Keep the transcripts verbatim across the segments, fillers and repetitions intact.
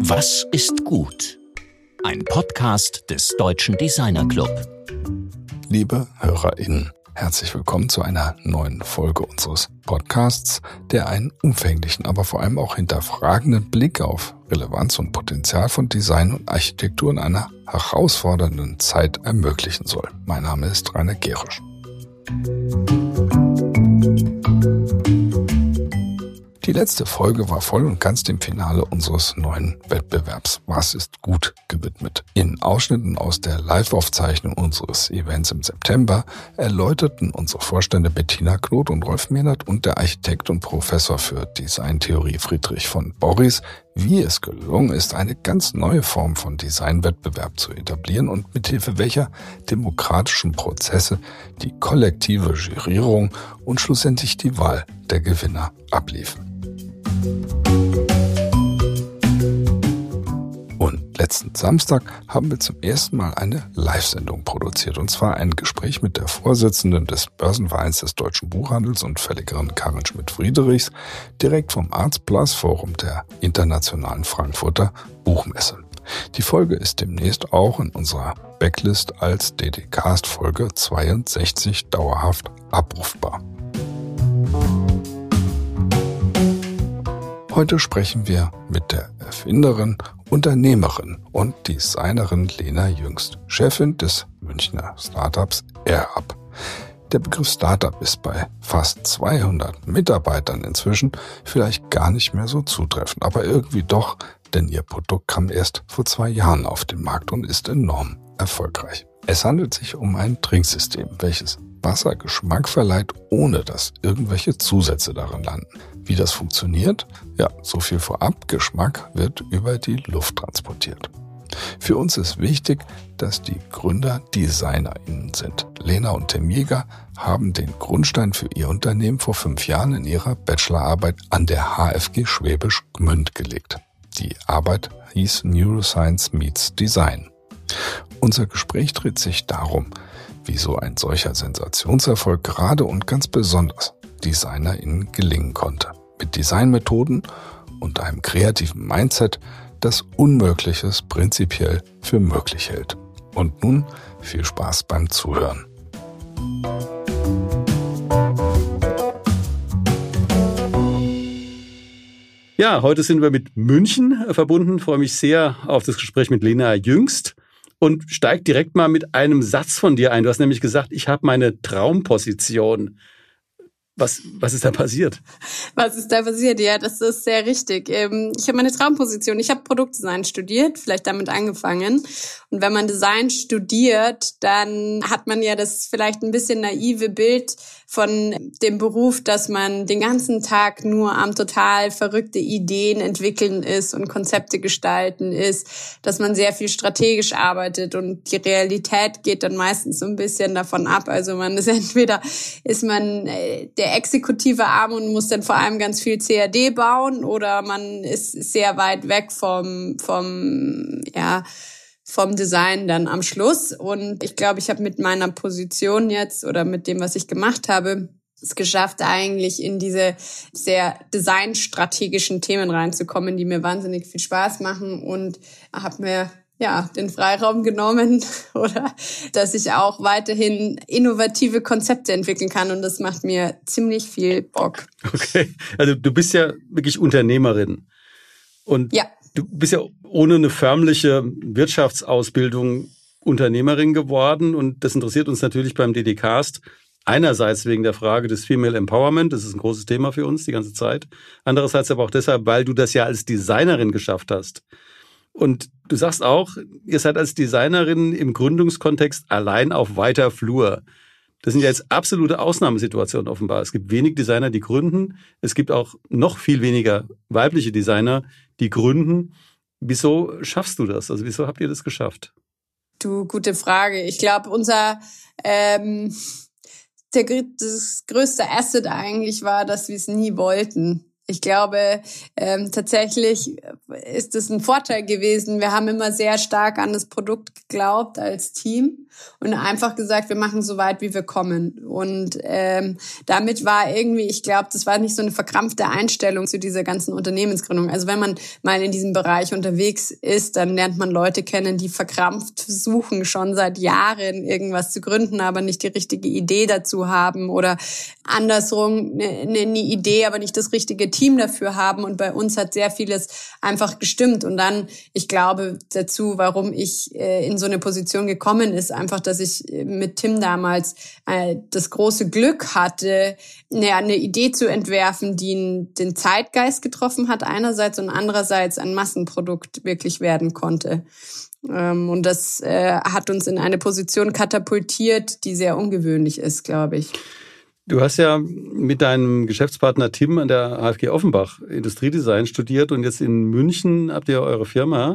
Was ist gut? Ein Podcast des Deutschen Designer Club. Liebe HörerInnen, herzlich willkommen zu einer neuen Folge unseres Podcasts, der einen umfänglichen, aber vor allem auch hinterfragenden Blick auf Relevanz und Potenzial von Design und Architektur in einer herausfordernden Zeit ermöglichen soll. Mein Name ist Rainer Gerisch. Die letzte Folge war voll und ganz dem Finale unseres neuen Wettbewerbs Was ist gut gewidmet. In Ausschnitten aus der Live-Aufzeichnung unseres Events im September erläuterten unsere Vorstände Bettina Knoth und Rolf Mehnert und der Architekt und Professor für Designtheorie Friedrich von Borries, wie es gelungen ist, eine ganz neue Form von Designwettbewerb zu etablieren und mithilfe welcher demokratischen Prozesse die kollektive Jurierung und schlussendlich die Wahl der Gewinner abliefen. Und letzten Samstag haben wir zum ersten Mal eine Live-Sendung produziert, und zwar ein Gespräch mit der Vorsitzenden des Börsenvereins des Deutschen Buchhandels und Verlegerin Karin Schmidt-Friedrichs direkt vom Arts Plus Forum der Internationalen Frankfurter Buchmesse. Die Folge ist demnächst auch in unserer Backlist als D D Cast Folge zweiundsechzig dauerhaft abrufbar. Heute sprechen wir mit der Erfinderin, Unternehmerin und Designerin Lena Jüngst, Chefin des Münchner Startups AirUp. Der Begriff Startup ist bei fast zweihundert Mitarbeitern inzwischen vielleicht gar nicht mehr so zutreffend, aber irgendwie doch, denn ihr Produkt kam erst vor zwei Jahren auf den Markt und ist enorm erfolgreich. Es handelt sich um ein Trinksystem, welches Wasser Geschmack verleiht, ohne dass irgendwelche Zusätze darin landen. Wie das funktioniert? Ja, so viel vorab, Geschmack wird über die Luft transportiert. Für uns ist wichtig, dass die Gründer DesignerInnen sind. Lena und Tim Jäger haben den Grundstein für ihr Unternehmen vor fünf Jahren in ihrer Bachelorarbeit an der H F G Schwäbisch Gmünd gelegt. Die Arbeit hieß Neuroscience Meets Design. Unser Gespräch dreht sich darum, wie so ein solcher Sensationserfolg gerade und ganz besonders DesignerInnen gelingen konnte. Mit Designmethoden und einem kreativen Mindset, das Unmögliches prinzipiell für möglich hält. Und nun viel Spaß beim Zuhören. Ja, heute sind wir mit München verbunden. Ich freue mich sehr auf das Gespräch mit Lena Jüngst und steig direkt mal mit einem Satz von dir ein. Du hast nämlich gesagt, ich habe meine Traumposition. Was, was ist da passiert? Was ist da passiert? Ja, das ist sehr richtig. Ich habe meine Traumposition. Ich habe Produktdesign studiert, vielleicht damit angefangen. Und wenn man Design studiert, dann hat man ja das vielleicht ein bisschen naive Bild von dem Beruf, dass man den ganzen Tag nur am total verrückte Ideen entwickeln ist und Konzepte gestalten ist, dass man sehr viel strategisch arbeitet und die Realität geht dann meistens so ein bisschen davon ab. Also man ist entweder ist man der exekutive Arm und muss dann vor allem ganz viel C A D bauen, oder man ist sehr weit weg vom vom ja vom Design dann am Schluss. Und ich glaube, ich habe mit meiner Position jetzt oder mit dem, was ich gemacht habe, es geschafft, eigentlich in diese sehr designstrategischen Themen reinzukommen, die mir wahnsinnig viel Spaß machen, und habe mir ja den Freiraum genommen, oder dass ich auch weiterhin innovative Konzepte entwickeln kann, und das macht mir ziemlich viel Bock. Okay, also du bist ja wirklich Unternehmerin. Und ja. Du bist ja ohne eine förmliche Wirtschaftsausbildung Unternehmerin geworden, und das interessiert uns natürlich beim D D Cast. Einerseits wegen der Frage des Female Empowerment, das ist ein großes Thema für uns die ganze Zeit. Andererseits aber auch deshalb, weil du das ja als Designerin geschafft hast. Und du sagst auch, ihr seid als Designerin im Gründungskontext allein auf weiter Flur. Das sind ja jetzt absolute Ausnahmesituationen offenbar. Es gibt wenig Designer, die gründen. Es gibt auch noch viel weniger weibliche Designer, die gründen. Wieso schaffst du das? Also wieso habt ihr das geschafft? Du, gute Frage. Ich glaube, unser ähm, der, das größte Asset eigentlich war, dass wir es nie wollten. Ich glaube, ähm, tatsächlich ist es ein Vorteil gewesen. Wir haben immer sehr stark an das Produkt geglaubt als Team und einfach gesagt, wir machen so weit, wie wir kommen. Und ähm, damit war irgendwie, ich glaube, das war nicht so eine verkrampfte Einstellung zu dieser ganzen Unternehmensgründung. Also wenn man mal in diesem Bereich unterwegs ist, dann lernt man Leute kennen, die verkrampft versuchen, schon seit Jahren irgendwas zu gründen, aber nicht die richtige Idee dazu haben oder andersrum eine, eine Idee, aber nicht das richtige Team dafür haben. Und bei uns hat sehr vieles einfach gestimmt. Und dann, ich glaube dazu, warum ich äh, in so eine Position gekommen ist, einfach, dass ich mit Tim damals äh, das große Glück hatte, eine, eine Idee zu entwerfen, die den Zeitgeist getroffen hat einerseits und andererseits ein Massenprodukt wirklich werden konnte. Ähm, und das äh, hat uns in eine Position katapultiert, die sehr ungewöhnlich ist, glaube ich. Du hast ja mit deinem Geschäftspartner Tim an der H F G Offenbach Industriedesign studiert und jetzt in München habt ihr eure Firma.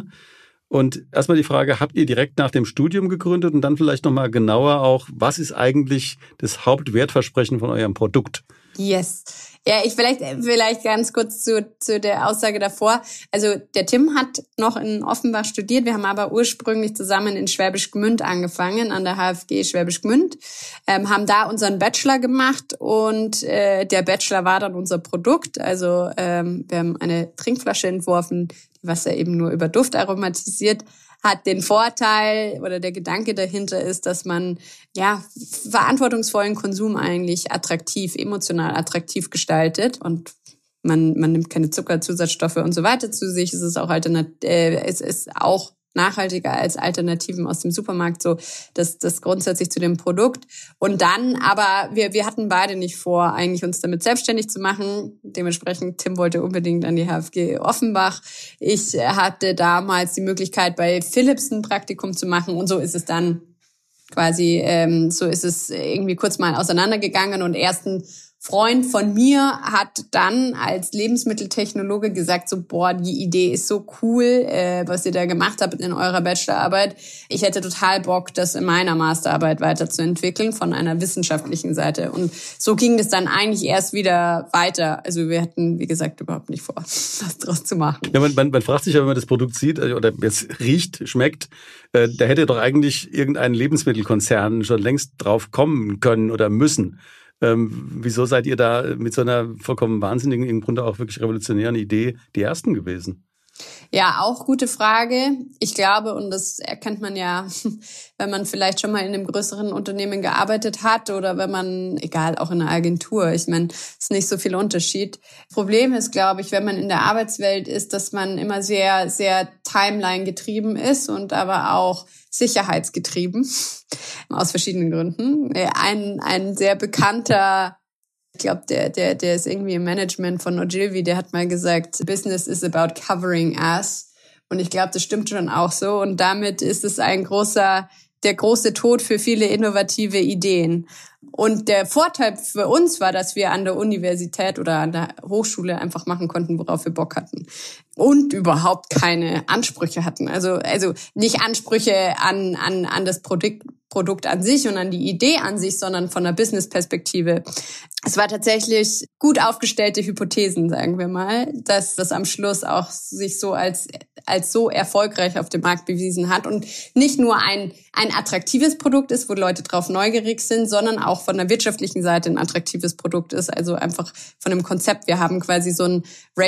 Und erstmal die Frage, habt ihr direkt nach dem Studium gegründet und dann vielleicht nochmal genauer auch, was ist eigentlich das Hauptwertversprechen von eurem Produkt? Yes. Ja, ich vielleicht vielleicht ganz kurz zu zu der Aussage davor. Also der Tim hat noch in Offenbach studiert. Wir haben aber ursprünglich zusammen in Schwäbisch Gmünd angefangen, an der H F G Schwäbisch Gmünd, ähm, haben da unseren Bachelor gemacht und äh, der Bachelor war dann unser Produkt. Also ähm, wir haben eine Trinkflasche entworfen, die Wasser eben nur über Duft aromatisiert. Hat den Vorteil oder der Gedanke dahinter ist, dass man ja verantwortungsvollen Konsum eigentlich attraktiv, emotional attraktiv gestaltet und man man nimmt keine Zuckerzusatzstoffe und so weiter zu sich. Es ist auch alternat- äh, es ist auch nachhaltiger als Alternativen aus dem Supermarkt, so das das grundsätzlich zu dem Produkt. Und dann, aber wir wir hatten beide nicht vor, eigentlich uns damit selbstständig zu machen. Dementsprechend, Tim wollte unbedingt an die H F G Offenbach. Ich hatte damals die Möglichkeit, bei Philips ein Praktikum zu machen und so ist es dann quasi, ähm, so ist es irgendwie kurz mal auseinandergegangen und erst ein Freund von mir hat dann als Lebensmitteltechnologe gesagt, so, boah, die Idee ist so cool, äh, was ihr da gemacht habt in eurer Bachelorarbeit. Ich hätte total Bock, das in meiner Masterarbeit weiterzuentwickeln von einer wissenschaftlichen Seite. Und so ging es dann eigentlich erst wieder weiter. Also wir hatten, wie gesagt, überhaupt nicht vor, was draus zu machen. Ja, man, man, man fragt sich ja, wenn man das Produkt sieht oder jetzt riecht, schmeckt, äh, da hätte doch eigentlich irgendein Lebensmittelkonzern schon längst drauf kommen können oder müssen. Ähm, wieso seid ihr da mit so einer vollkommen wahnsinnigen, im Grunde auch wirklich revolutionären Idee die Ersten gewesen? Ja, auch gute Frage. Ich glaube, und das erkennt man ja, wenn man vielleicht schon mal in einem größeren Unternehmen gearbeitet hat oder wenn man, egal, auch in einer Agentur. Ich meine, es ist nicht so viel Unterschied. Problem ist, glaube ich, wenn man in der Arbeitswelt ist, dass man immer sehr, sehr Timeline getrieben ist und aber auch sicherheitsgetrieben. Aus verschiedenen Gründen. Ein, ein sehr bekannter, ich glaube, der, der, der ist irgendwie im Management von Ogilvy, der hat mal gesagt, Business is about covering ass. Und ich glaube, das stimmt schon auch so. Und damit ist es ein großer, der große Tod für viele innovative Ideen. Und der Vorteil für uns war, dass wir an der Universität oder an der Hochschule einfach machen konnten, worauf wir Bock hatten. Und überhaupt keine Ansprüche hatten. Also, also nicht Ansprüche an, an, an das Produkt, Produkt an sich und an die Idee an sich, sondern von der Business-Perspektive. Es war tatsächlich gut aufgestellte Hypothesen, sagen wir mal, dass das am Schluss auch sich so als, als so erfolgreich auf dem Markt bewiesen hat und nicht nur ein, ein attraktives Produkt ist, wo Leute drauf neugierig sind, sondern auch von der wirtschaftlichen Seite ein attraktives Produkt ist. Also einfach von dem Konzept. Wir haben quasi so ein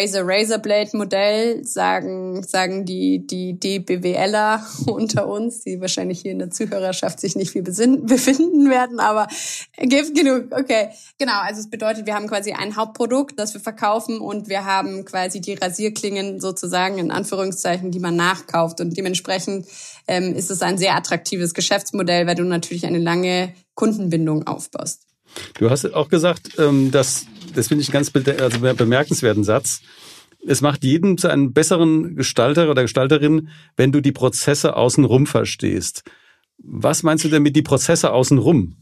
Razor-Razor-Blade-Modell, sagen, sagen die, die, die BWLer unter uns, die wahrscheinlich hier in der Zuhörerschaft sich nicht viel besinnen, befinden werden, aber gibt genug. Okay, genau. Also es bedeutet, wir haben quasi ein Hauptprodukt, das wir verkaufen und wir haben quasi die Rasierklingen sozusagen in Anführungszeichen, die man nachkauft und dementsprechend ähm, ist es ein sehr attraktives Geschäftsmodell, weil du natürlich eine lange Kundenbindung aufbaust. Du hast auch gesagt, ähm, dass, das finde ich einen ganz also bemerkenswerten Satz, es macht jeden zu einem besseren Gestalter oder Gestalterin, wenn du die Prozesse außenrum verstehst. Was meinst du denn mit die Prozesse außenrum?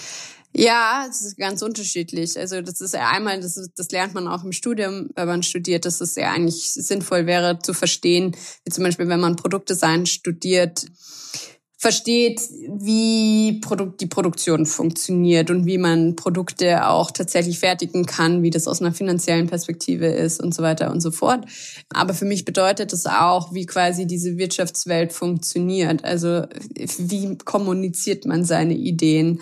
Ja, es ist ganz unterschiedlich. Also das ist ja einmal, das, das lernt man auch im Studium, wenn man studiert, dass es ja eigentlich sinnvoll wäre zu verstehen, wie zum Beispiel, wenn man Produktdesign studiert, versteht, wie Produkt, die Produktion funktioniert und wie man Produkte auch tatsächlich fertigen kann, wie das aus einer finanziellen Perspektive ist und so weiter und so fort. Aber für mich bedeutet es auch, wie quasi diese Wirtschaftswelt funktioniert. Also wie kommuniziert man seine Ideen?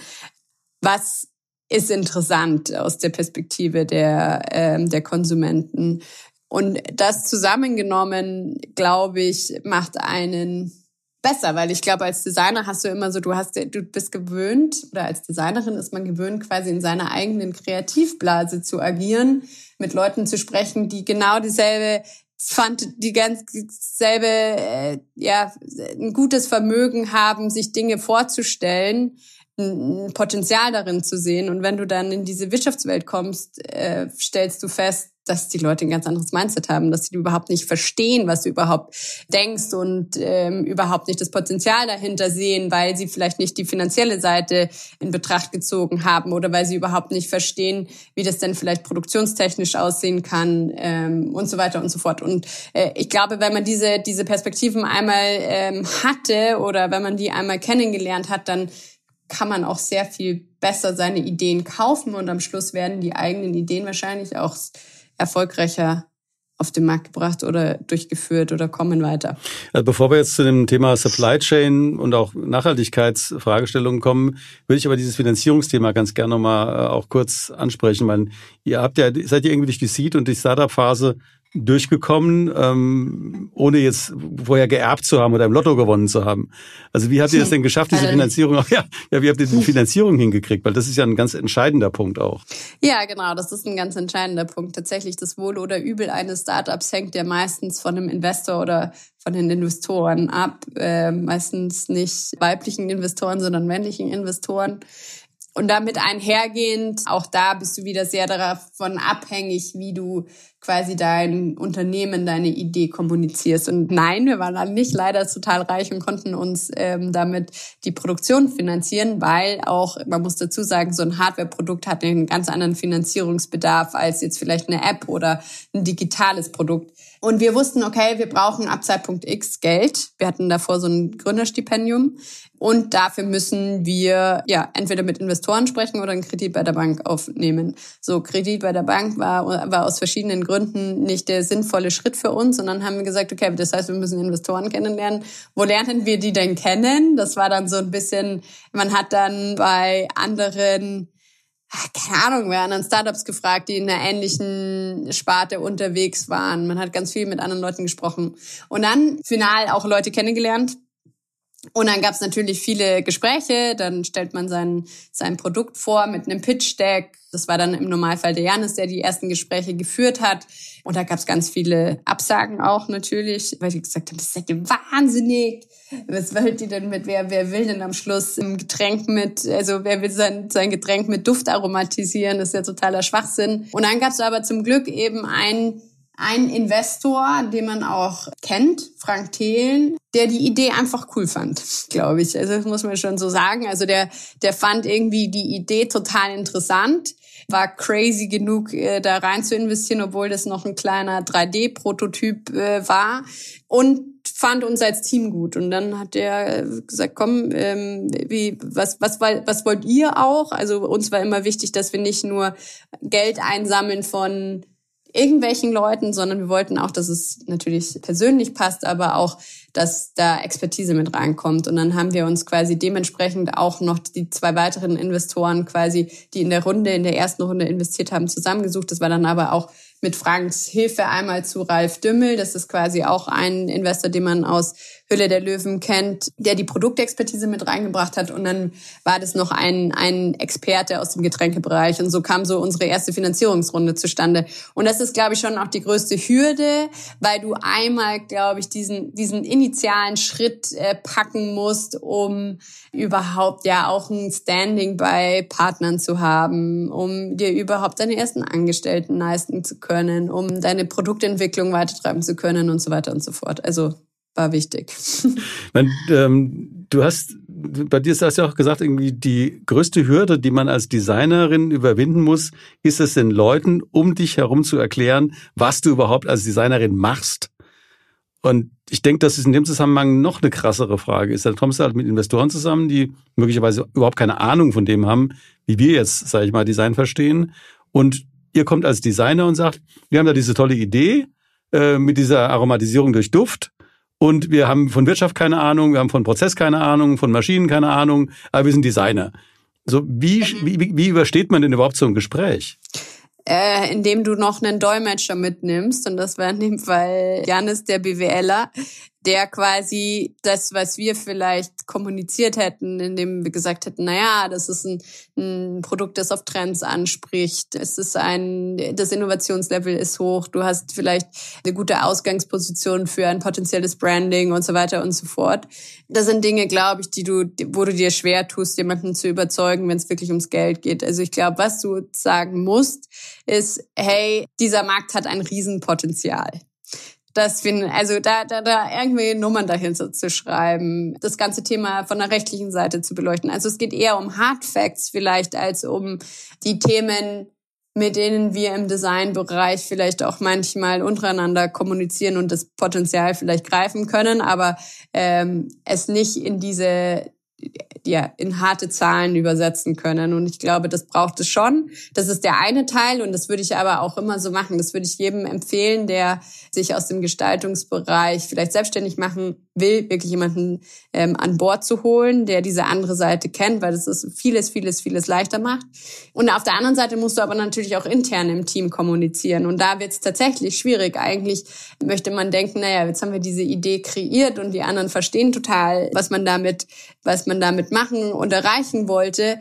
Was ist interessant aus der Perspektive der, äh, der Konsumenten? Und das zusammengenommen, glaube ich, macht einen besser, weil ich glaube, als Designer hast du immer so, du hast, du bist gewöhnt, oder als Designerin ist man gewöhnt, quasi in seiner eigenen Kreativblase zu agieren, mit Leuten zu sprechen, die genau dieselbe fand, die ganz selbe, äh, ja, ein gutes Vermögen haben, sich Dinge vorzustellen, ein Potenzial darin zu sehen. Und wenn du dann in diese Wirtschaftswelt kommst, äh, stellst du fest, dass die Leute ein ganz anderes Mindset haben, dass sie überhaupt nicht verstehen, was du überhaupt denkst und ähm, überhaupt nicht das Potenzial dahinter sehen, weil sie vielleicht nicht die finanzielle Seite in Betracht gezogen haben oder weil sie überhaupt nicht verstehen, wie das denn vielleicht produktionstechnisch aussehen kann ähm, und so weiter und so fort. Und äh, ich glaube, wenn man diese diese Perspektiven einmal ähm, hatte oder wenn man die einmal kennengelernt hat, dann kann man auch sehr viel besser seine Ideen kaufen und am Schluss werden die eigenen Ideen wahrscheinlich auch erfolgreicher auf den Markt gebracht oder durchgeführt oder kommen weiter. Also bevor wir jetzt zu dem Thema Supply Chain und auch Nachhaltigkeitsfragestellungen kommen, würde ich aber dieses Finanzierungsthema ganz gerne nochmal auch kurz ansprechen, weil ihr habt ja, seid ihr irgendwie durch die Seed- und die Startup-Phase durchgekommen, ähm, ohne jetzt vorher geerbt zu haben oder im Lotto gewonnen zu haben. Also wie habt ihr es denn geschafft, diese Finanzierung, ja, ja, wie habt ihr die Finanzierung hingekriegt? Weil das ist ja ein ganz entscheidender Punkt auch. Ja, genau, das ist ein ganz entscheidender Punkt. Tatsächlich, das Wohl oder Übel eines Startups hängt ja meistens von einem Investor oder von den Investoren ab. Äh, meistens nicht weiblichen Investoren, sondern männlichen Investoren. Und damit einhergehend, auch da bist du wieder sehr davon abhängig, wie du quasi dein Unternehmen, deine Idee kommunizierst. Und nein, wir waren dann nicht leider total reich und konnten uns ähm, damit die Produktion finanzieren, weil auch, man muss dazu sagen, so ein Hardware-Produkt hat einen ganz anderen Finanzierungsbedarf als jetzt vielleicht eine App oder ein digitales Produkt. Und wir wussten, okay, wir brauchen ab Zeitpunkt X Geld. Wir hatten davor so ein Gründerstipendium. Und dafür müssen wir ja entweder mit Investoren sprechen oder einen Kredit bei der Bank aufnehmen. So, Kredit bei der Bank war, war aus verschiedenen Gründen nicht der sinnvolle Schritt für uns. Und dann haben wir gesagt, okay, das heißt, wir müssen Investoren kennenlernen. Wo lernen wir die denn kennen? Das war dann so ein bisschen, man hat dann bei anderen, keine Ahnung, wir haben anderen Startups gefragt, die in einer ähnlichen Sparte unterwegs waren. Man hat ganz viel mit anderen Leuten gesprochen. Und dann final auch Leute kennengelernt. Und dann gab es natürlich viele Gespräche, dann stellt man sein, sein Produkt vor mit einem Pitch-Deck. Das war dann im Normalfall der Janis, der die ersten Gespräche geführt hat. Und da gab es ganz viele Absagen auch natürlich, weil die gesagt haben, das seid ihr wahnsinnig. Was wollt ihr denn mit, wer, wer will denn am Schluss ein Getränk mit, also wer will sein, sein Getränk mit Duft aromatisieren? Das ist ja totaler Schwachsinn. Und dann gab es aber zum Glück eben ein Ein Investor, den man auch kennt, Frank Thelen, der die Idee einfach cool fand, glaube ich. Also das muss man schon so sagen. Also der, der fand irgendwie die Idee total interessant, war crazy genug, äh, da rein zu investieren, obwohl das noch ein kleiner drei D-Prototyp äh, war und fand uns als Team gut. Und dann hat er gesagt, komm, ähm, wie, was, was, was wollt ihr auch? Also uns war immer wichtig, dass wir nicht nur Geld einsammeln von irgendwelchen Leuten, sondern wir wollten auch, dass es natürlich persönlich passt, aber auch, dass da Expertise mit reinkommt. Und dann haben wir uns quasi dementsprechend auch noch die zwei weiteren Investoren quasi, die in der Runde, in der ersten Runde investiert haben, zusammengesucht. Das war dann aber auch mit Franks Hilfe einmal zu Ralf Dümmel. Das ist quasi auch ein Investor, den man aus Höhle der Löwen kennt, der die Produktexpertise mit reingebracht hat. Und dann war das noch ein, ein Experte aus dem Getränkebereich. Und so kam so unsere erste Finanzierungsrunde zustande. Und das ist, glaube ich, schon auch die größte Hürde, weil du einmal, glaube ich, diesen, diesen initialen Schritt äh, packen musst, um überhaupt ja auch ein Standing bei Partnern zu haben, um dir überhaupt deine ersten Angestellten leisten zu können, um deine Produktentwicklung weitertreiben zu können und so weiter und so fort. Also war wichtig. Man, ähm, du hast, bei dir hast du ja auch gesagt, irgendwie die größte Hürde, die man als Designerin überwinden muss, ist es den Leuten um dich herum zu erklären, was du überhaupt als Designerin machst Und ich denke, dass es in dem Zusammenhang noch eine krassere Frage ist. Da kommst du halt mit Investoren zusammen, die möglicherweise überhaupt keine Ahnung von dem haben, wie wir jetzt, sage ich mal, Design verstehen. Und ihr kommt als Designer und sagt, wir haben da diese tolle Idee äh, mit dieser Aromatisierung durch Duft. Und wir haben von Wirtschaft keine Ahnung, wir haben von Prozess keine Ahnung, von Maschinen keine Ahnung, aber wir sind Designer. So, wie, wie, wie übersteht man denn überhaupt so ein Gespräch? Äh, indem du noch einen Dolmetscher mitnimmst. Und das war in dem Fall Janis, der BWLer, der quasi das, was wir vielleicht kommuniziert hätten, indem wir gesagt hätten, naja, das ist ein, ein Produkt, das auf Trends anspricht. Es ist ein, das Innovationslevel ist hoch. Du hast vielleicht eine gute Ausgangsposition für ein potenzielles Branding und so weiter und so fort. Das sind Dinge, glaube ich, die du, wo du dir schwer tust, jemanden zu überzeugen, wenn es wirklich ums Geld geht. Also ich glaube, was du sagen musst, ist, hey, dieser Markt hat ein Riesenpotenzial. Das finden, also da, da, da irgendwie Nummern dahinter zu schreiben, das ganze Thema von der rechtlichen Seite zu beleuchten. Also es geht eher um Hard Facts vielleicht als um die Themen, mit denen wir im Designbereich vielleicht auch manchmal untereinander kommunizieren und das Potenzial vielleicht greifen können, aber ähm, es nicht in diese ja in harte Zahlen übersetzen können. Und ich glaube, das braucht es schon. Das ist der eine Teil und das würde ich aber auch immer so machen. Das würde ich jedem empfehlen, der sich aus dem Gestaltungsbereich vielleicht selbstständig machen will, wirklich jemanden ähm, an Bord zu holen, der diese andere Seite kennt, weil das ist vieles, vieles, vieles leichter macht. Und auf der anderen Seite musst du aber natürlich auch intern im Team kommunizieren. Und da wird es tatsächlich schwierig. Eigentlich möchte man denken, naja, jetzt haben wir diese Idee kreiert und die anderen verstehen total, was man damit, was man damit machen und erreichen wollte.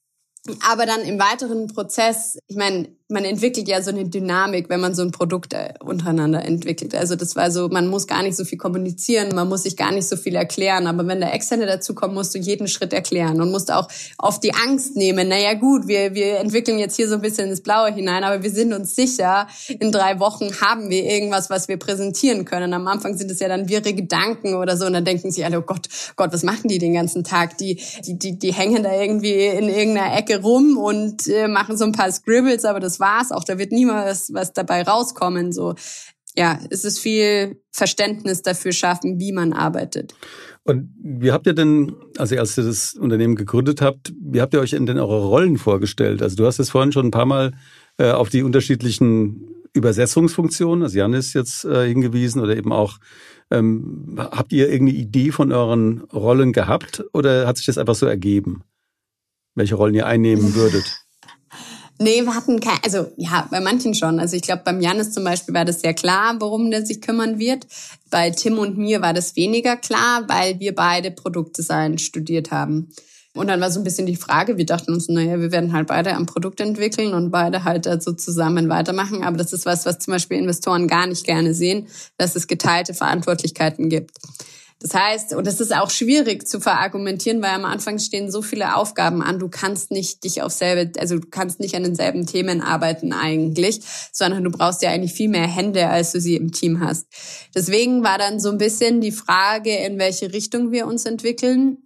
Aber dann im weiteren Prozess, ich meine, man entwickelt ja so eine Dynamik, wenn man so ein Produkt untereinander entwickelt. Also das war so, man muss gar nicht so viel kommunizieren, man muss sich gar nicht so viel erklären. Aber wenn der Externe dazukommt, musst du jeden Schritt erklären und musst auch oft die Angst nehmen. Naja gut, wir wir entwickeln jetzt hier so ein bisschen ins Blaue hinein, aber wir sind uns sicher, in drei Wochen haben wir irgendwas, was wir präsentieren können. Am Anfang sind es ja dann wirre Gedanken oder so und dann denken sie alle, oh Gott, Gott, was machen die den ganzen Tag? Die die die, die hängen da irgendwie in irgendeiner Ecke rum und äh, machen so ein paar Scribbles, aber das war's auch. Da wird niemals was dabei rauskommen. So, ja, es ist viel Verständnis dafür schaffen, wie man arbeitet. Und wie habt ihr denn, also als ihr das Unternehmen gegründet habt, wie habt ihr euch denn eure Rollen vorgestellt? Also du hast es vorhin schon ein paar Mal äh, auf die unterschiedlichen Übersetzungsfunktionen, also Janis jetzt äh, hingewiesen oder eben auch, ähm, habt ihr irgendeine Idee von euren Rollen gehabt oder hat sich das einfach so ergeben? Welche Rollen ihr einnehmen würdet? Nee, wir hatten kein, also ja, bei manchen schon. Also ich glaube, beim Janis zum Beispiel war das sehr klar, worum der sich kümmern wird. Bei Tim und mir war das weniger klar, weil wir beide Produktdesign studiert haben. Und dann war so ein bisschen die Frage, wir dachten uns, naja, wir werden halt beide am Produkt entwickeln und beide halt so zusammen weitermachen. Aber das ist was, was zum Beispiel Investoren gar nicht gerne sehen, dass es geteilte Verantwortlichkeiten gibt. Das heißt, und das ist auch schwierig zu verargumentieren, weil am Anfang stehen so viele Aufgaben an. Du kannst nicht dich auf selbe, also du kannst nicht an denselben Themen arbeiten eigentlich, sondern du brauchst ja eigentlich viel mehr Hände, als du sie im Team hast. Deswegen war dann so ein bisschen die Frage, in welche Richtung wir uns entwickeln.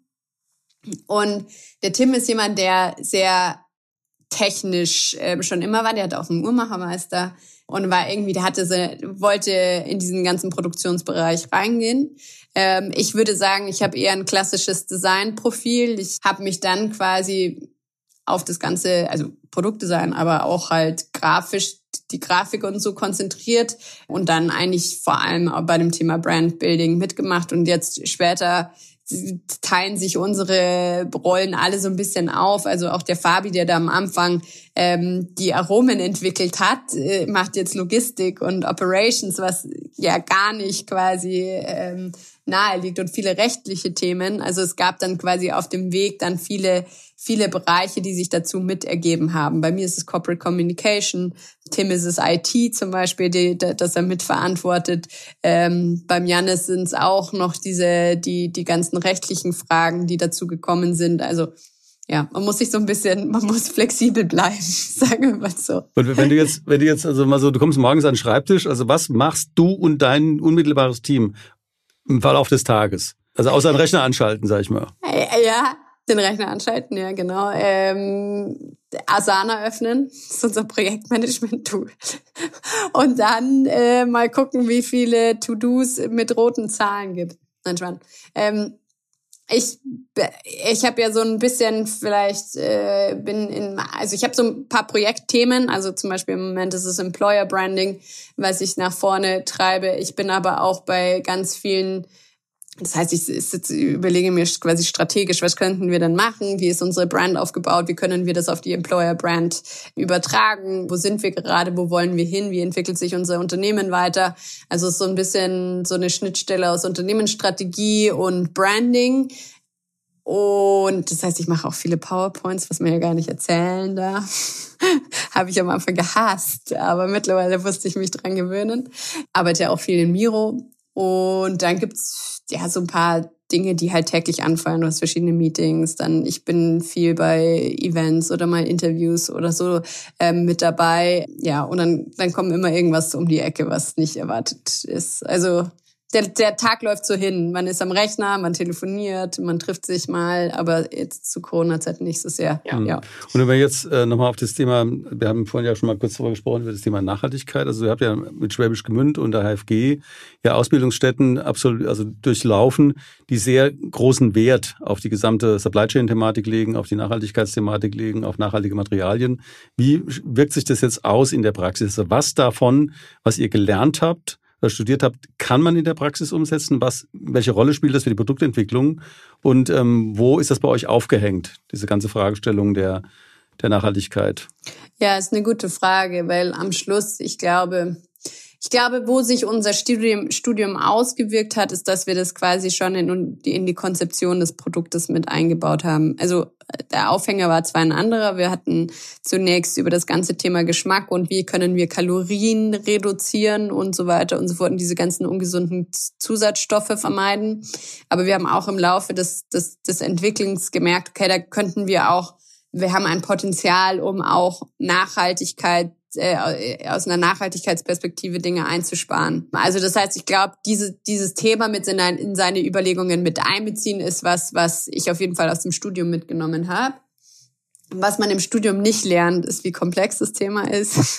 Und der Tim ist jemand, der sehr technisch äh, schon immer war. Der hatte auch einen Uhrmachermeister und war irgendwie, der hatte so, wollte in diesen ganzen Produktionsbereich reingehen. Ähm, ich würde sagen, ich habe eher ein klassisches Designprofil. Ich habe mich dann quasi auf das ganze, also Produktdesign, aber auch halt grafisch, die Grafik und so konzentriert und dann eigentlich vor allem auch bei dem Thema Brandbuilding mitgemacht und jetzt später teilen sich unsere Rollen alle so ein bisschen auf. Also auch der Fabi, der da am Anfang ähm, die Aromen entwickelt hat, äh, macht jetzt Logistik und Operations, was ja gar nicht quasi ähm, nahe liegt und viele rechtliche Themen. Also es gab dann quasi auf dem Weg dann viele viele Bereiche, die sich dazu mit ergeben haben. Bei mir ist es Corporate Communication, Tim ist es I T zum Beispiel, die, das er mitverantwortet. Ähm, beim Janis sind es auch noch diese die die ganzen rechtlichen Fragen, die dazu gekommen sind. Also ja, man muss sich so ein bisschen, man muss flexibel bleiben, sagen wir mal so. Und wenn du jetzt, wenn du jetzt also mal so, du kommst morgens an den Schreibtisch, also was machst du und dein unmittelbares Team im Verlauf des Tages? Also außer einen Rechner anschalten, sag ich mal. Ja, Den Rechner anschalten, ja genau. Ähm, Asana öffnen, das ist unser Projektmanagement-Tool. Und dann äh, mal gucken, wie viele To-Dos mit roten Zahlen gibt. Nein, Schwan. Ähm, ich ich habe ja so ein bisschen vielleicht, äh, bin in, also ich habe so ein paar Projektthemen, also zum Beispiel im Moment ist es Employer Branding, was ich nach vorne treibe. Ich bin aber auch bei ganz vielen. Das heißt, ich sitze, überlege mir quasi strategisch, was könnten wir denn machen? Wie ist unsere Brand aufgebaut? Wie können wir das auf die Employer-Brand übertragen? Wo sind wir gerade? Wo wollen wir hin? Wie entwickelt sich unser Unternehmen weiter? Also es ist so ein bisschen so eine Schnittstelle aus Unternehmensstrategie und Branding. Und das heißt, ich mache auch viele PowerPoints, was man ja gar nicht erzählen darf. Habe ich am Anfang gehasst, aber mittlerweile musste ich mich dran gewöhnen. Arbeite ja auch viel in Miro. Und dann gibt's ja so ein paar Dinge, die halt täglich anfallen. Du hast verschiedene Meetings. Dann ich bin viel bei Events oder mal Interviews oder so ähm, mit dabei. Ja, und dann dann kommt immer irgendwas um die Ecke, was nicht erwartet ist. Also der der Tag läuft so hin. Man ist am Rechner, man telefoniert, man trifft sich mal, aber jetzt zu Corona-Zeiten nicht so sehr. Ja. ja. Und wenn wir jetzt äh, nochmal auf das Thema, wir haben vorhin ja schon mal kurz darüber gesprochen, über das Thema Nachhaltigkeit. Also ihr habt ja mit Schwäbisch Gmünd und der H F G ja Ausbildungsstätten absolut, also durchlaufen, die sehr großen Wert auf die gesamte Supply Chain-Thematik legen, auf die Nachhaltigkeitsthematik legen, auf nachhaltige Materialien. Wie wirkt sich das jetzt aus in der Praxis? Also was davon, was ihr gelernt habt, studiert habt, kann man in der Praxis umsetzen? Was, welche Rolle spielt das für die Produktentwicklung? Und ähm, wo ist das bei euch aufgehängt, diese ganze Fragestellung der, der Nachhaltigkeit? Ja, ist eine gute Frage, weil am Schluss, ich glaube, ich glaube, wo sich unser Studium, Studium ausgewirkt hat, ist, dass wir das quasi schon in, in die Konzeption des Produktes mit eingebaut haben. Also der Aufhänger war zwar ein anderer. Wir hatten zunächst über das ganze Thema Geschmack und wie können wir Kalorien reduzieren und so weiter und so fort und diese ganzen ungesunden Zusatzstoffe vermeiden. Aber wir haben auch im Laufe des, des, des Entwicklens gemerkt, okay, da könnten wir auch, wir haben ein Potenzial, um auch Nachhaltigkeit aus einer Nachhaltigkeitsperspektive Dinge einzusparen. Also das heißt, ich glaube, diese, dieses Thema mit in, ein, in seine Überlegungen mit einbeziehen ist was, was ich auf jeden Fall aus dem Studium mitgenommen habe. Was man im Studium nicht lernt, ist, wie komplex das Thema ist.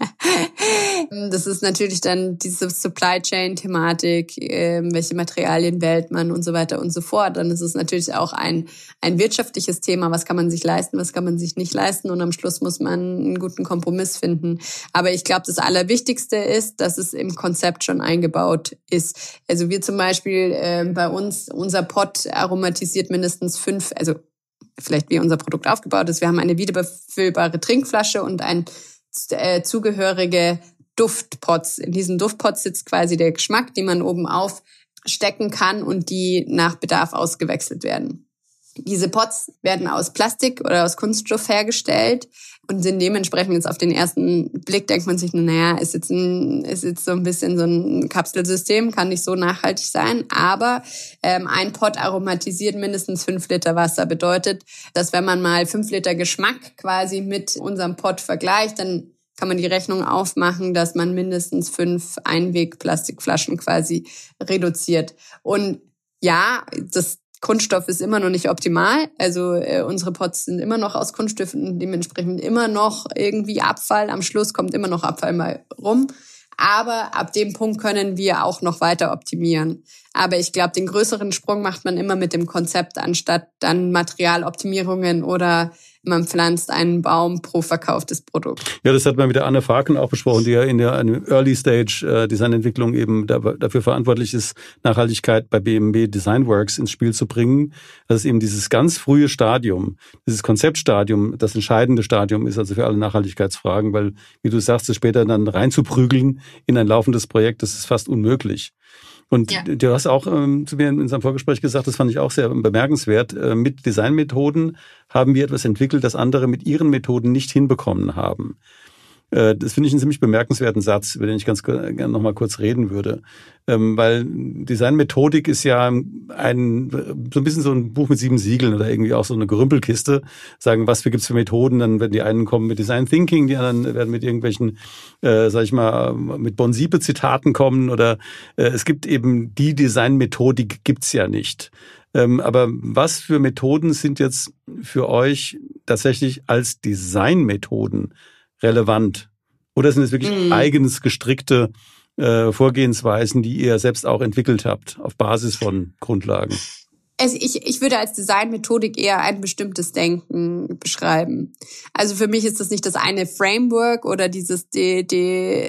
Das ist natürlich dann diese Supply Chain Thematik, äh, welche Materialien wählt man und so weiter und so fort. Dann ist es natürlich auch ein ein wirtschaftliches Thema. Was kann man sich leisten, was kann man sich nicht leisten? Und am Schluss muss man einen guten Kompromiss finden. Aber ich glaube, das Allerwichtigste ist, dass es im Konzept schon eingebaut ist. Also wir zum Beispiel äh, bei uns, unser Pot aromatisiert mindestens fünf, also vielleicht wie unser Produkt aufgebaut ist. Wir haben eine wiederbefüllbare Trinkflasche und ein äh, zugehörige Duftpots. In diesen Duftpots sitzt quasi der Geschmack, den man oben aufstecken kann und die nach Bedarf ausgewechselt werden. Diese Pots werden aus Plastik oder aus Kunststoff hergestellt und sind dementsprechend jetzt auf den ersten Blick denkt man sich, naja, ist jetzt ein, ist jetzt so ein bisschen so ein Kapselsystem, kann nicht so nachhaltig sein, aber ähm, ein Pot aromatisiert mindestens fünf Liter Wasser, bedeutet, dass wenn man mal fünf Liter Geschmack quasi mit unserem Pot vergleicht, dann kann man die Rechnung aufmachen, dass man mindestens fünf Einweg-Plastikflaschen quasi reduziert. Und ja, das Kunststoff ist immer noch nicht optimal. Also äh, unsere Pots sind immer noch aus Kunststoffen und dementsprechend immer noch irgendwie Abfall. Am Schluss kommt immer noch Abfall mal rum. Aber ab dem Punkt können wir auch noch weiter optimieren. Aber ich glaube, den größeren Sprung macht man immer mit dem Konzept, anstatt dann Materialoptimierungen oder man pflanzt einen Baum pro verkauftes Produkt. Ja, das hat man mit der Anne Farken auch besprochen, die ja in der Early Stage äh, Designentwicklung eben dafür verantwortlich ist, Nachhaltigkeit bei B M W Designworks ins Spiel zu bringen. Das ist eben dieses ganz frühe Stadium, dieses Konzeptstadium, das entscheidende Stadium ist also für alle Nachhaltigkeitsfragen, weil, wie du sagst, es später dann reinzuprügeln in ein laufendes Projekt, das ist fast unmöglich. Und ja. Du hast auch ähm, zu mir in unserem Vorgespräch gesagt, das fand ich auch sehr bemerkenswert, äh, mit Designmethoden haben wir etwas entwickelt, das andere mit ihren Methoden nicht hinbekommen haben. Äh, das finde ich einen ziemlich bemerkenswerten Satz, über den ich ganz gerne noch mal kurz reden würde. Ähm, weil Designmethodik ist ja ein so ein bisschen so ein Buch mit sieben Siegeln oder irgendwie auch so eine Gerümpelkiste. Sagen, was für gibt's für Methoden? Dann werden die einen kommen mit Design Thinking, die anderen werden mit irgendwelchen, äh, sag ich mal, mit Bonsipe-Zitaten kommen oder äh, es gibt eben die Designmethodik gibt's ja nicht. Ähm, aber was für Methoden sind jetzt für euch tatsächlich als Designmethoden relevant? Oder sind es wirklich mhm. eigens gestrickte äh, Vorgehensweisen, die ihr selbst auch entwickelt habt auf Basis von Grundlagen? Also ich, ich würde als Designmethodik eher ein bestimmtes Denken beschreiben. Also für mich ist das nicht das eine Framework oder dieses die, die,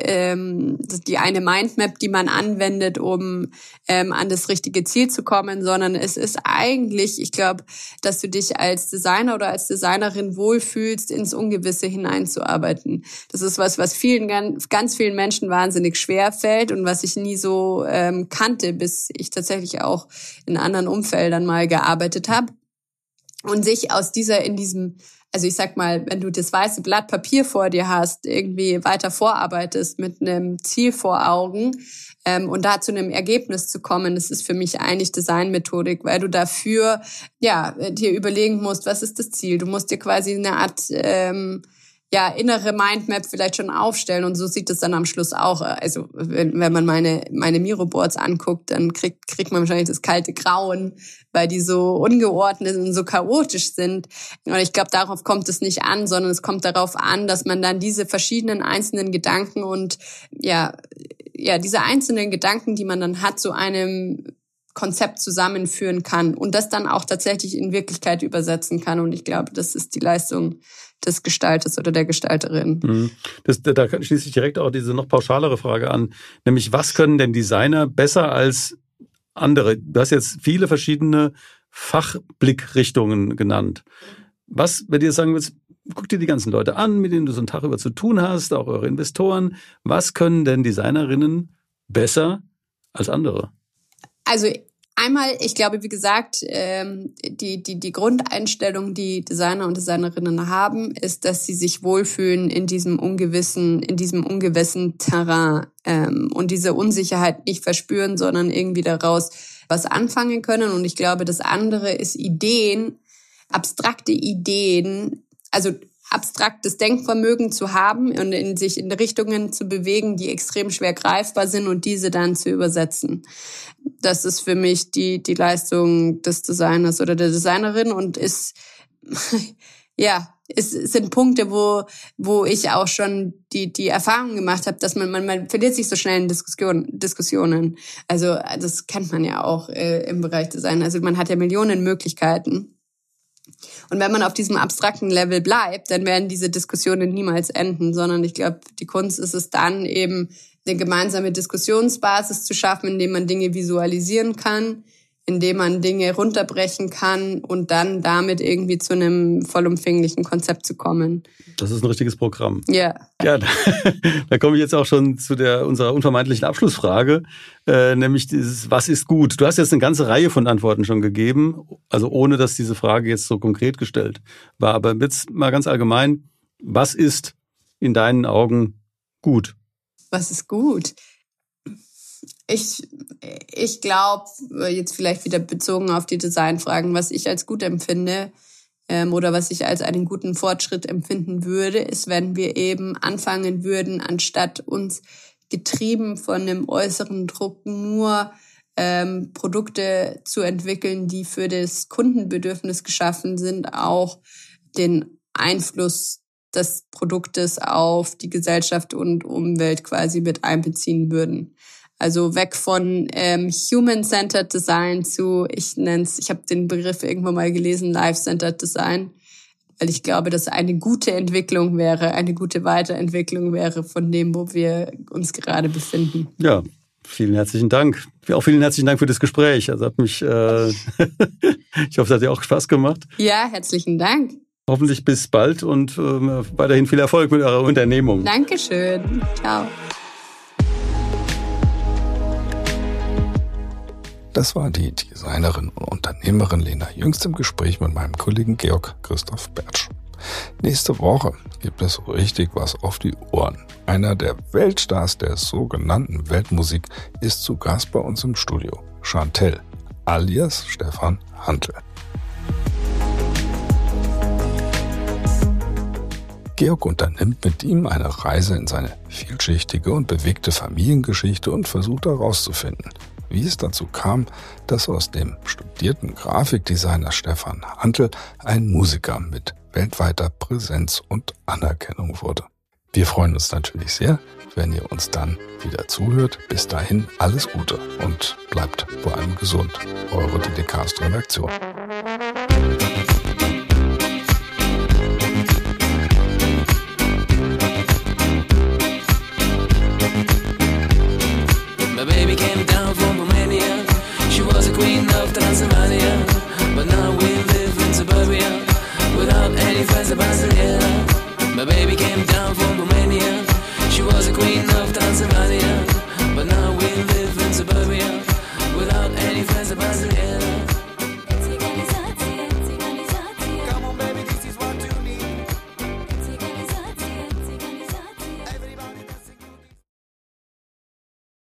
ähm, die eine Mindmap, die man anwendet, um ähm, an das richtige Ziel zu kommen, sondern es ist eigentlich, ich glaube, dass du dich als Designer oder als Designerin wohlfühlst, ins Ungewisse hineinzuarbeiten. Das ist was, was vielen ganz, ganz vielen Menschen wahnsinnig schwer fällt und was ich nie so ähm, kannte, bis ich tatsächlich auch in anderen Umfeldern mal gearbeitet habe und sich aus dieser in diesem, also ich sag mal, wenn du das weiße Blatt Papier vor dir hast, irgendwie weiter vorarbeitest mit einem Ziel vor Augen ähm, und da zu einem Ergebnis zu kommen, das ist für mich eigentlich Designmethodik, weil du dafür ja dir überlegen musst, was ist das Ziel? Du musst dir quasi eine Art ähm, ja, innere Mindmap vielleicht schon aufstellen und so sieht es dann am Schluss auch. Also wenn, wenn man meine meine Miro-Boards anguckt, dann kriegt kriegt man wahrscheinlich das kalte Grauen, weil die so ungeordnet und so chaotisch sind. Und ich glaube, darauf kommt es nicht an, sondern es kommt darauf an, dass man dann diese verschiedenen einzelnen Gedanken und ja, ja, diese einzelnen Gedanken, die man dann hat, zu einem Konzept zusammenführen kann und das dann auch tatsächlich in Wirklichkeit übersetzen kann. Und ich glaube, das ist die Leistung des Gestalters oder der Gestalterin. Das, da schließe ich direkt auch diese noch pauschalere Frage an, nämlich was können denn Designer besser als andere? Du hast jetzt viele verschiedene Fachblickrichtungen genannt. Was, wenn du dir sagen willst, guck dir die ganzen Leute an, mit denen du so einen Tag über zu tun hast, auch eure Investoren, was können denn Designerinnen besser als andere? Also einmal, ich glaube, wie gesagt, die, die, die Grundeinstellung, die Designer und Designerinnen haben, ist, dass sie sich wohlfühlen in diesem ungewissen, in diesem ungewissen Terrain und diese Unsicherheit nicht verspüren, sondern irgendwie daraus was anfangen können. Und ich glaube, das andere ist Ideen, abstrakte Ideen, also abstraktes Denkvermögen zu haben und in sich in Richtungen zu bewegen, die extrem schwer greifbar sind und diese dann zu übersetzen. Das ist für mich die die Leistung des Designers oder der Designerin und ist ja, es sind Punkte, wo wo ich auch schon die die Erfahrung gemacht habe, dass man man, man verliert sich so schnell in Diskussion, Diskussionen. Also das kennt man ja auch äh, im Bereich Design. Also man hat ja Millionen Möglichkeiten. Und wenn man auf diesem abstrakten Level bleibt, dann werden diese Diskussionen niemals enden, sondern ich glaube, die Kunst ist es dann eben, eine gemeinsame Diskussionsbasis zu schaffen, indem man Dinge visualisieren kann, indem man Dinge runterbrechen kann und dann damit irgendwie zu einem vollumfänglichen Konzept zu kommen. Das ist ein richtiges Programm. Ja. Ja, da, da komme ich jetzt auch schon zu der unserer unvermeidlichen Abschlussfrage, äh, nämlich dieses, was ist gut? Du hast jetzt eine ganze Reihe von Antworten schon gegeben, also ohne, dass diese Frage jetzt so konkret gestellt war. Aber jetzt mal ganz allgemein, was ist in deinen Augen gut? Was ist gut? Ich, ich glaube, jetzt vielleicht wieder bezogen auf die Designfragen, was ich als gut empfinde ähm, oder was ich als einen guten Fortschritt empfinden würde, ist, wenn wir eben anfangen würden, anstatt uns getrieben von einem äußeren Druck nur ähm, Produkte zu entwickeln, die für das Kundenbedürfnis geschaffen sind, auch den Einfluss des Produktes auf die Gesellschaft und Umwelt quasi mit einbeziehen würden. Also weg von ähm, Human-Centered Design zu, ich nenne es, ich habe den Begriff irgendwo mal gelesen, Life-Centered Design, weil ich glaube, dass eine gute Entwicklung wäre, eine gute Weiterentwicklung wäre von dem, wo wir uns gerade befinden. Ja, vielen herzlichen Dank. Auch vielen herzlichen Dank für das Gespräch. Also hat mich, äh, ich hoffe, es hat dir auch Spaß gemacht. Ja, herzlichen Dank. Hoffentlich bis bald und äh, weiterhin viel Erfolg mit eurer Unternehmung. Dankeschön. Ciao. Das war die Designerin und Unternehmerin Lena Jüngst im Gespräch mit meinem Kollegen Georg Christoph Bertsch. Nächste Woche gibt es richtig was auf die Ohren. Einer der Weltstars der sogenannten Weltmusik ist zu Gast bei uns im Studio. Chantel, alias Stefan Hantl. Georg unternimmt mit ihm eine Reise in seine vielschichtige und bewegte Familiengeschichte und versucht herauszufinden, wie es dazu kam, dass aus dem studierten Grafikdesigner Stefan Hantl ein Musiker mit weltweiter Präsenz und Anerkennung wurde. Wir freuen uns natürlich sehr, wenn ihr uns dann wieder zuhört. Bis dahin alles Gute und bleibt vor allem gesund. Eure D D Cast-Redaktion. My baby came down from Romania. She was a queen of Transylvania, but now we live in suburbia without any friends of Brasilia. My baby came down from Romania. She was a queen of Transylvania.